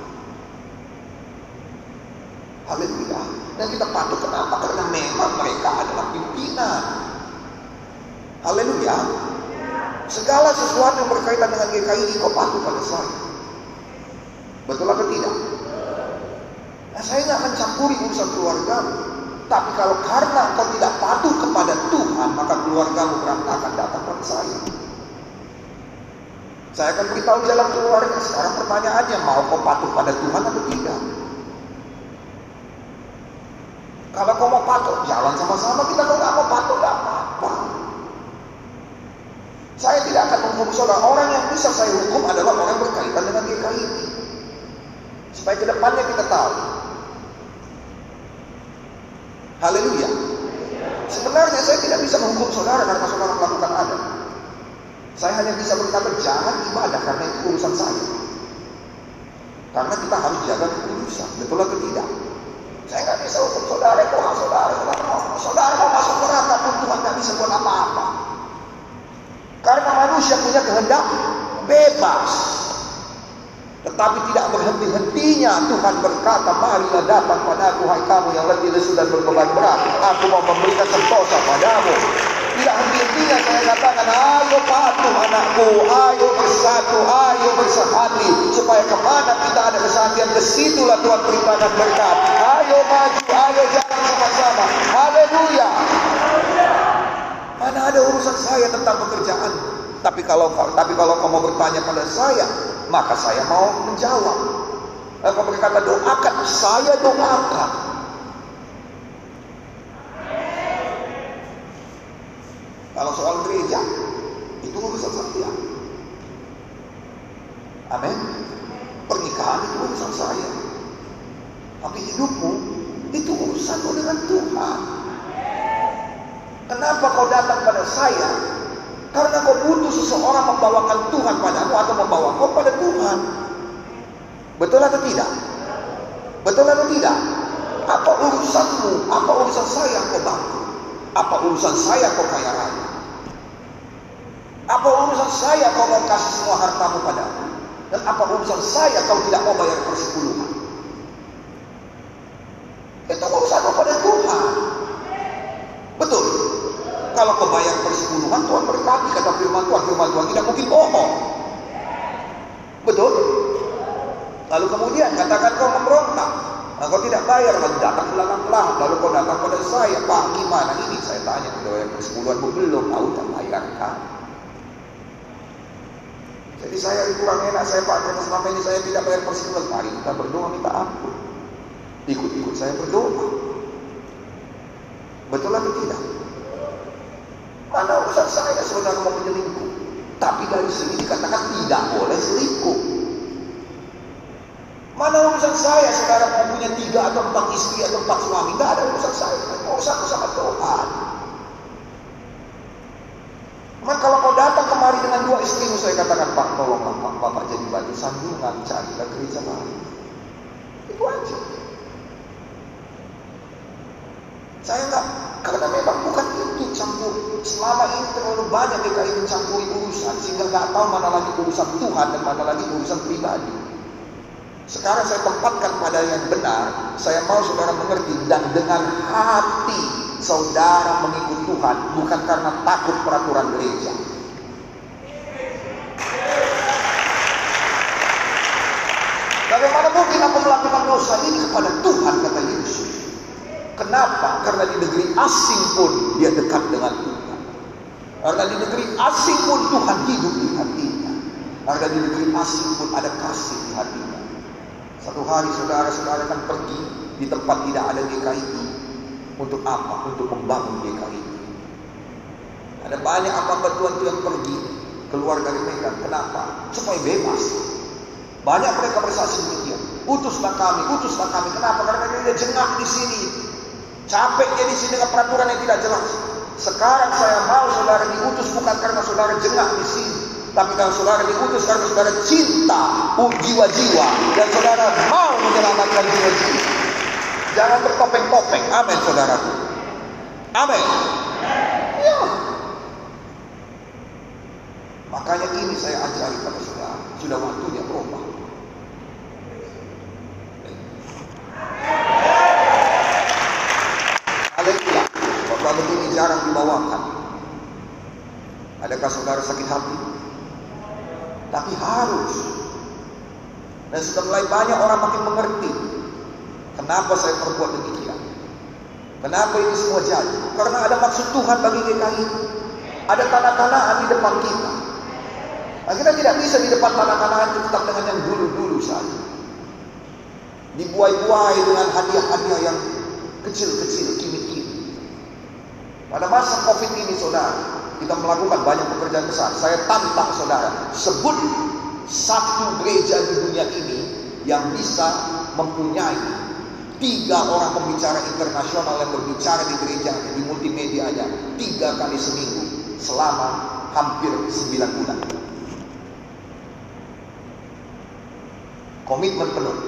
Haleluya. Dan kita patuh kenapa? Karena memang mereka adalah pimpinan. Haleluya. Segala sesuatu yang berkaitan dengan GKI, kau patuh pada saya. Betul atau tidak? Nah, saya nggak akan campuri urusan keluargamu. Tapi kalau karena kau tidak patuh kepada Tuhan, maka keluargamu berantakan, datang pada saya. Saya akan beritahu jalan keluarga. Sekarang pertanyaannya, mau kau patuh pada Tuhan atau tidak? Kalau kau mau patuh, jalan sama-sama kita. Kalau nggak mau patuh, nggak apa-apa. Saya tidak akan menghukum saudara. Orang yang bisa saya hukum adalah orang berkaitan dengan GKI ini. Supaya kedepannya kita tahu. Haleluya. Sebenarnya saya tidak bisa menghukum saudara karena saudara melakukan adat. Saya hanya bisa berkata jangan ibadah karena itu urusan saya. Karena kita harus jaga kekudusan. Betul atau tidak? Saya nggak bisa hukum saudara. Saudara mau masuk neraka pun Tuhan nggak bisa buat apa-apa. Karena manusia punya kehendak bebas. Tetapi tidak berhenti-hentinya Tuhan berkata, marilah datang padaku hai kamu yang letih lesu dan berbeban berat, aku mau memberikan sentosa padamu. Tidak henti-hentinya saya katakan, ayo patuh anakku, ayo bersatu, ayo bersehati, supaya kemana kita ada kesehatan, kesitulah Tuhan perintahkan berkat. Ayo maju, ayo jalan sama-sama. Haleluya. Mana ada urusan saya tentang pekerjaan. Tapi kalau kau mau bertanya pada saya, maka saya mau menjawab. Kau berkata doakan, saya doakan. Kalau soal gereja, itu urusan saya. Amin. Pernikahan itu urusan saya. Tapi hidupmu itu urusanmu dengan Tuhan. Kenapa kau datang pada saya? Karena kau butuh seseorang membawakan Tuhan padamu atau membawa kau pada Tuhan. Betul atau tidak? Betul atau tidak? Apa urusanmu? Apa urusan saya yang kau bantu? Apa urusan saya kau kaya raya? Apa urusan saya kau mau kasih semua hartamu padamu? Dan apa urusan saya kau tidak mau bayar persepuluhan? Itu urusanmu pada Tuhan. Betul. Kalau kau bayar persepuluhan, Tuhan berkati, kata firman Tuhan tidak mungkin bohong. Betul. Lalu kemudian katakan kau memberontak, kau tidak bayar, lalu datang belakang, lalu kau datang pada saya, Pak gimana ini? Saya tanya, udah bayar persepuluhan belum? Tahu tak bayarkan. Jadi saya kurang enak, saya Pak, karena selama ini saya tidak bayar persepuluhan. Mari kita berdoa minta ampun. Ikut-ikut saya berdoa. Betul atau tidak? Mana urusan saya saudara mau menyelingkuh? Tapi dari sini dikatakan tidak boleh selingkuh. Mana urusan saya saudara mempunyai 3 atau 4 istri atau 4 suami? Tidak ada urusan saya. Urusanku sama Tuhan. Maka kalau kau datang kemari dengan 2 istrimu, saya katakan, Pak, tolonglah Pak, Bapak jadi batu sandungan, carilah gereja lain. Itu aja. Saya enggak, karena memang bukan itu campur. Selama ini terlalu banyak DKI mencampuri urusan, sehingga nggak tahu mana lagi urusan Tuhan dan mana lagi urusan pribadi. Sekarang saya tempatkan pada yang benar. Saya mau saudara mengerti, dan dengan hati saudara mengikut Tuhan, bukan karena takut peraturan gereja. Bagaimana mungkin aku melakukan dosa ini kepada Tuhan, kata Yesus. Kenapa? Karena di negeri asing pun dia dekat dengan Tuhan. Karena di negeri asing pun Tuhan hidup di hatinya. Karena di negeri asing pun ada kasih di hatinya. Satu hari saudara-saudara akan pergi di tempat tidak ada GKI. Untuk apa? Untuk membangun GKI. Ada banyak apa Tuhan yang pergi keluar dari Medan. Kenapa? Supaya bebas. Banyak mereka bersaksi demikian. Utuslah kami. Kenapa? Karena dia jengah di sini. Capek jadi sini dengan peraturan yang tidak jelas. Sekarang saya mau saudara diutus bukan karena saudara jengah di sini, tapi karena saudara diutus karena saudara cinta jiwa-jiwa dan saudara mau menyelamatkan jiwa-jiwa. Jangan bertopeng-topeng. Amin saudaraku. Amin. Ya. Makanya ini saya ajari pada saudara. Sudah waktunya berubah. Bapak begini jarang dibawakan. Adakah saudara sakit hati? Tapi harus. Dan sudah mulai banyak orang makin mengerti. Kenapa saya perbuat demikian? Kenapa ini semua jadi? Karena ada maksud Tuhan bagi GKI. Ada tanah-tanahan di depan kita. Nah, kita tidak bisa di depan tanah-tanahan itu tetap dengan yang dulu-dulu saja. Dibuai-buai dengan hadiah-hadiah yang kecil-kecil, kimi-kimi. Pada masa COVID ini saudara, kita melakukan banyak pekerjaan besar. Saya tantang saudara, sebut satu gereja di dunia ini yang bisa mempunyai 3 orang pembicara internasional yang berbicara di gereja, di multimedianya 3 kali seminggu selama hampir 9 bulan. Komitmen penuh.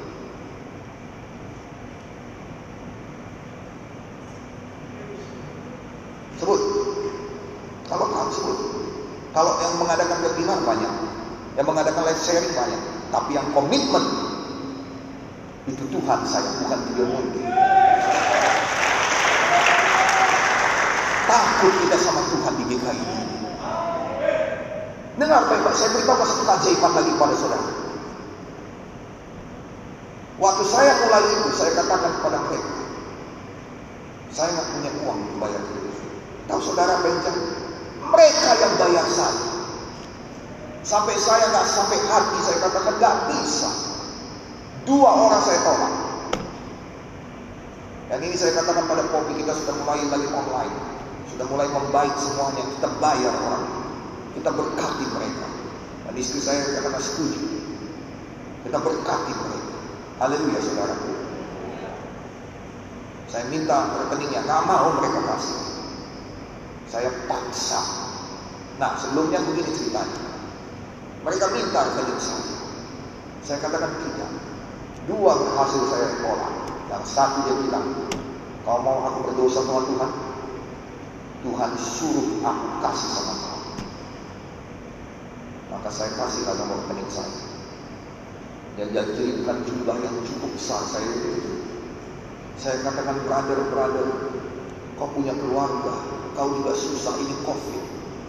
Sebut. Kalau kamu sebut. Kalau yang mengadakan webinar banyak, yang mengadakan live sharing banyak, tapi yang komitmen itu Tuhan saya, bukan video multi. Takut kita sama Tuhan di GKI ini. Dengar baik-baik, saya beritahu satu keajaiban lagi pada saudara. Waktu saya mulai itu, saya katakan kepada mereka, saya nggak punya uang untuk bayar itu. Tahu saudara Benjang, mereka yang bayar saya. Sampai saya nggak sampai hati, saya katakan nggak bisa. 2 orang saya tolak. Dan ini saya katakan pada Poppy, kita sudah mulai lagi online, sudah mulai membaik semuanya, kita bayar orang, kita berkati mereka. Dan istri saya katakan setuju, kita berkati mereka. Haleluya saudaraku. Saya minta rekeningnya, nggak mau mereka kasih. Saya paksa. Nah sebelumnya begini ceritanya. Mereka minta rekening saya. Saya katakan tidak. 2 hasil saya tolak. Yang satu dia bilang, kau mau aku berdosa sama Tuhan? Tuhan suruh aku kasih sama kau. Maka saya kasih nomor rekening saya. Dan dia kirimkan jumlah yang cukup besar saya itu. Saya katakan, brother, kau punya keluarga, kau juga susah, ini COVID.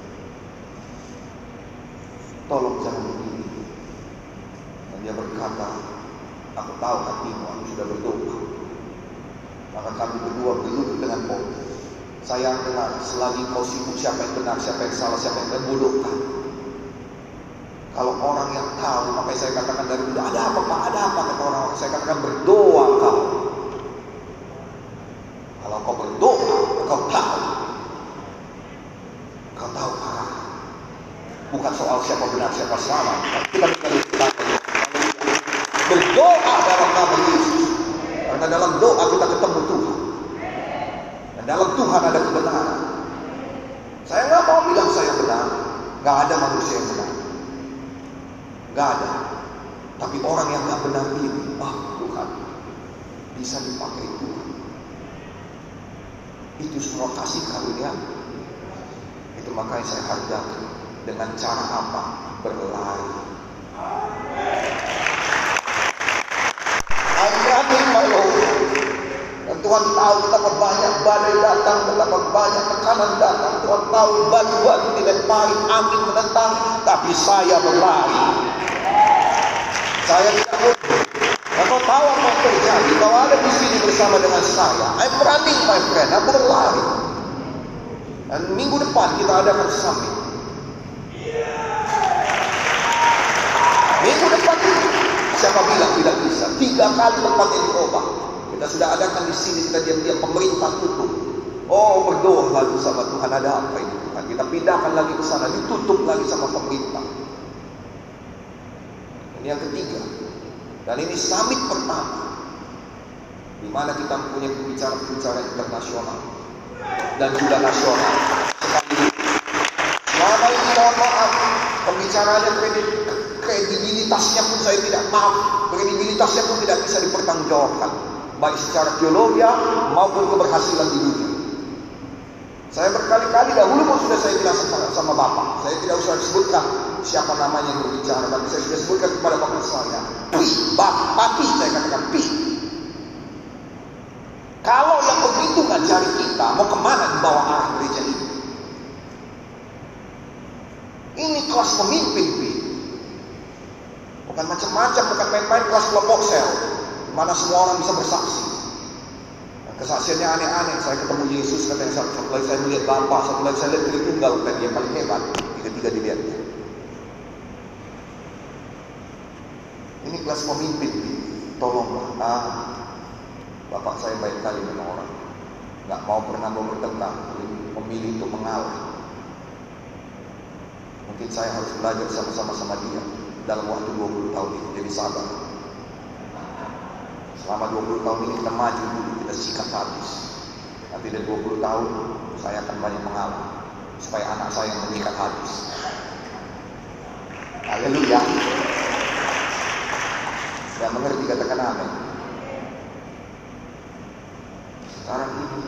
Tolong jangan begini. Dan dia berkata, aku tahu hatimu, aku sudah berdoa. Maka kami berdua berlutut dengan Paul. Saya dengar, selagi kau sibuk siapa yang benar, siapa yang salah, siapa yang membodohkan. Kalau orang yang tahu, makanya saya katakan dari dulu, ada apa Pak, ada apa, kata orang-orang. Saya katakan berdoa kau. Kalau kau berdoa, kau tahu. Kau tahu arah. Bukan soal siapa benar, siapa salah. Kita bisa lihat berdoa dalam nama Yesus. Karena dalam doa kita ketemu Tuhan. Dan dalam Tuhan ada kebenaran. Saya nggak mau bilang saya benar. Nggak ada manusia yang benar. Nggak ada. Tapi orang yang nggak benar ini, Tuhan bisa dipakai Tuhan. Itu semua kasih karunia. Itu makanya saya hargai. Dengan cara apa? Berlari. I'm running my Lord. Dan Tuhan tahu betapa banyak badai datang, betapa banyak tekanan datang. Tuhan tahu batu-batu dilempari, angin menentang, tapi saya berlari. Saya tidak mundur. Dan kau tahu apa yang terjadi? Kau ada di sini bersama dengan saya. I'm running my friend. Aku berlari. Dan minggu depan kita adakan summit. Minggu depan siapa bilang tidak bisa? 3 kali tempatnya diubah. Kita sudah adakan di sini, kita diam-diam pemerintah tutup. Berdoa lagi sama Tuhan, ada apa ini Tuhan? Kita pindahkan lagi ke sana, ditutup lagi sama pemerintah. Ini yang ketiga. Dan ini summit pertama, di mana kita mempunyai pembicara-pembicara internasional dan juga nasional. Selama ini mohon maaf, pembicaranya kredibilitasnya pun saya tidak maaf, kredibilitasnya pun tidak bisa dipertanggungjawabkan, baik secara teologi maupun keberhasilan di dunia. Saya berkali-kali dahulu pun sudah saya bilang sama Bapak, saya tidak usah sebutkan siapa namanya yang berbicara, tapi saya sudah sebutkan kepada Bapak saya, Papi, saya katakan Pi. Kalau yang begitu ngajari kita, mau kemana dibawa arah gereja ini? Ini kelas pemimpin, Pi. Bukan macam-macam, bukan main-main kelas kelompok sel, mana semua orang bisa bersaksi. Kesaksiannya aneh-aneh. Saya ketemu Yesus, katanya satu lagi saya melihat Bapa, satu lagi saya lihat Tritunggal, dan yang paling hebat, tiga-tiga dilihatnya. Ini kelas pemimpin, tolonglah. Bapak saya baik kali dengan orang, nggak mau pernah mau bertengkar, memilih untuk mengalah. Mungkin saya harus belajar sama-sama dia dalam waktu 20 tahun ini. Jadi sabar. Selama 20 tahun ini kita maju dulu, kita sikat habis. Nanti dari 20 tahun saya akan banyak mengalah supaya anak saya yang mengikat habis. Haleluya. Yang mengerti katakan amin. Sekarang ini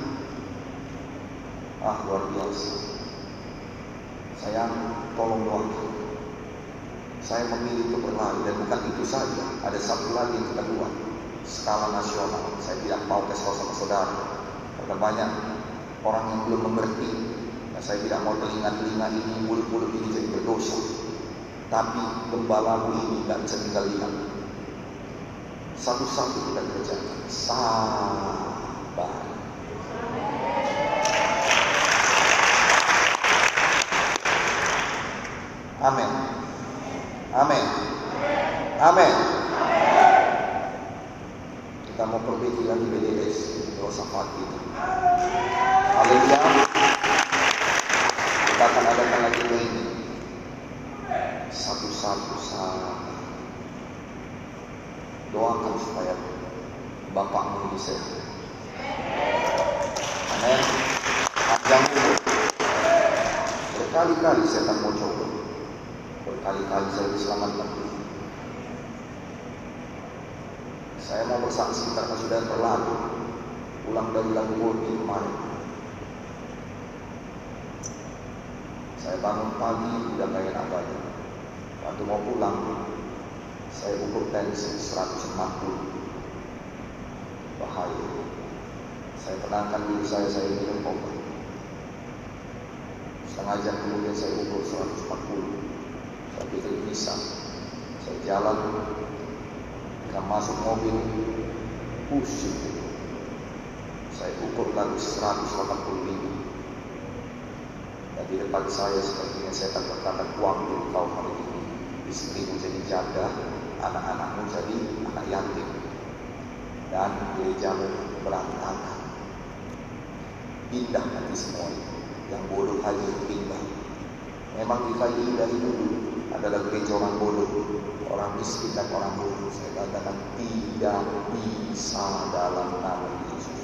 luar biasa. Sayang, tolong doakan. Saya memilih untuk berlari, dan bukan itu saja. Ada satu lagi yang kita buat, skala nasional. Saya tidak mau kasih tahu sama saudara, karena banyak orang yang belum mengerti. Nah, saya tidak mau telinga-telinga ini, mulut-mulut ini jadi berdosa. Tapi gembalamu ini tidak bisa tinggal lihat. Satu-satu kita kerjakan. Sabar. Amin. Amin. Amin. Kita mau perbaiki lagi BDS, filsafat kita. Haleluya. Kita akan adakan lagi ini. Satu-satu sabar. Doakan supaya bapakmu ini sehat. Amin. Panjang umur. Berkali-kali setan mau coba. Berkali-kali saya diselamatkan. Saya mau bersaksi karena sudah berlalu. Pulang dari Lagu Bodi kemarin. Saya bangun pagi udah kayak abadi. Waktu mau pulang, saya ukur tensi 140. Bahaya. Saya tenangkan diri saya minum obat. Setengah jam kemudian saya ukur 140. Saya pikir bisa. Saya jalan, kita masuk mobil, pusing. Saya ukur lagi 185. Dan di depan saya sepertinya setan berkata, "Kuambil kau hari ini, istrimu jadi janda, anak-anakmu jadi anak yatim, dan gerejamu berantakan. Pindah nanti semua itu, yang bodoh aja pindah." Memang di kali dari dulu adalah gereja orang bodoh, orang miskin dan orang bodoh. Saya katakan tidak bisa dalam nama Yesus.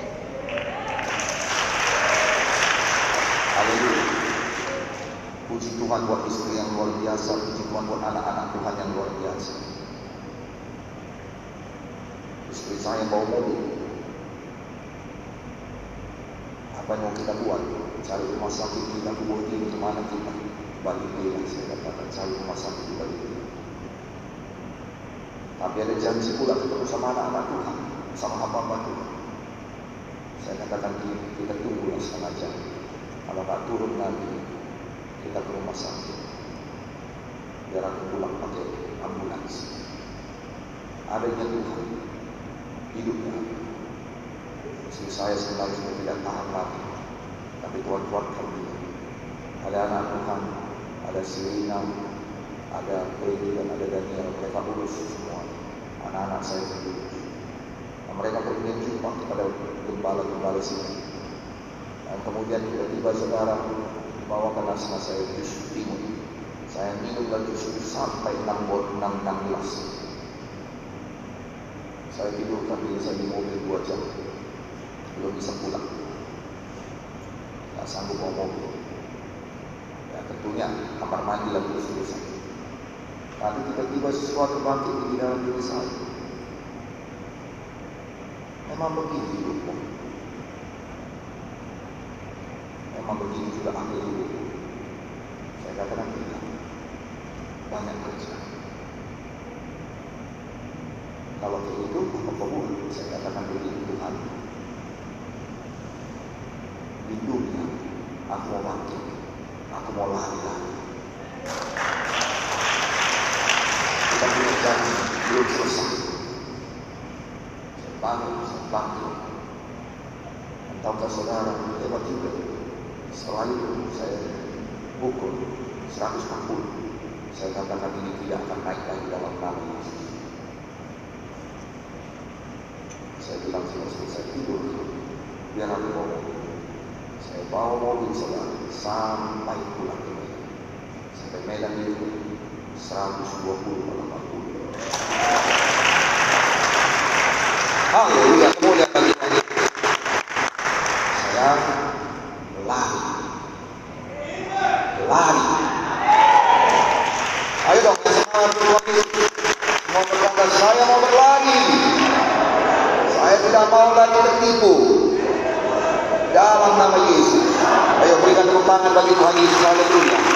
Haleluya. Puji Tuhan buat istri yang luar biasa, puji Tuhan buat anak-anak Tuhan yang luar biasa. Istri saya bawa mobil. Apa yang mau kita buat? Cari rumah sakit kita, Budi, kemana kita? Balik dia, saya katakan cari rumah sakit di balik dia. Tapi ada janji pula ketemu sama anak-anak Tuhan, sama hamba-hamba Tuhan. Saya katakan kita tunggulah setengah jam. Kalau tak turun nanti, kita ke rumah sakit. Biar aku pulang pakai ambulans. Adanya Tuhan, hidupnya. Istri saya sebenarnya sudah tidak tahan lagi, tapi Tuhan kuatkan dia. Ada anak Tuhan, ada Sirina, ada Peggy dan ada Daniel. Mereka lulus semua. Anak-anak saya lulus. Nah, mereka berkenan jumpa kepada gembala-gembala sini. Dan kemudian tiba-tiba saudara bawakanlah sama saya jus timur. Saya minumlah jus itu sampai 6 gelas. Saya tidurkan diri saya di mobil 2 jam. Belum bisa pulang. Tidak sanggup bawa mobil. Ya tentunya kamar mandi lagi terus-terusan. Tapi tiba-tiba sesuatu bangkit di dalam diri saya. Memang begini hidupmu. Memang begini juga akhir hidup. Saya katakan tidak. Banyak kerja. Kalau kayak itu, apa boleh? Saya katakan begini, Tuhan. Di dunia, aku mau bangkit. Aku mau lari lagi. Kita punya janji, belum selesai. Saya bangkit. Tahukah saudara, hebat juga. Setelah itu saya ukur 140. Saya katakan ini tidak akan naik lagi dalam nama Yesus. Saya bilang selesai saya tidur, biar aku bawa mobil. Saya bawa mobil saudara sampai pulang ke rumah. Saya sampai Medan itu 120 malam. Haleluya, kemuliaan bagi Tuhan. Saya lari. Ayo dong, semangat Tuhan Yesus. Mau berkata, saya mau berlari. Saya tidak mau lagi tertipu. Dalam nama Yesus. Ayo berikan tepuk tangan bagi Tuhan Yesus. Haleluya.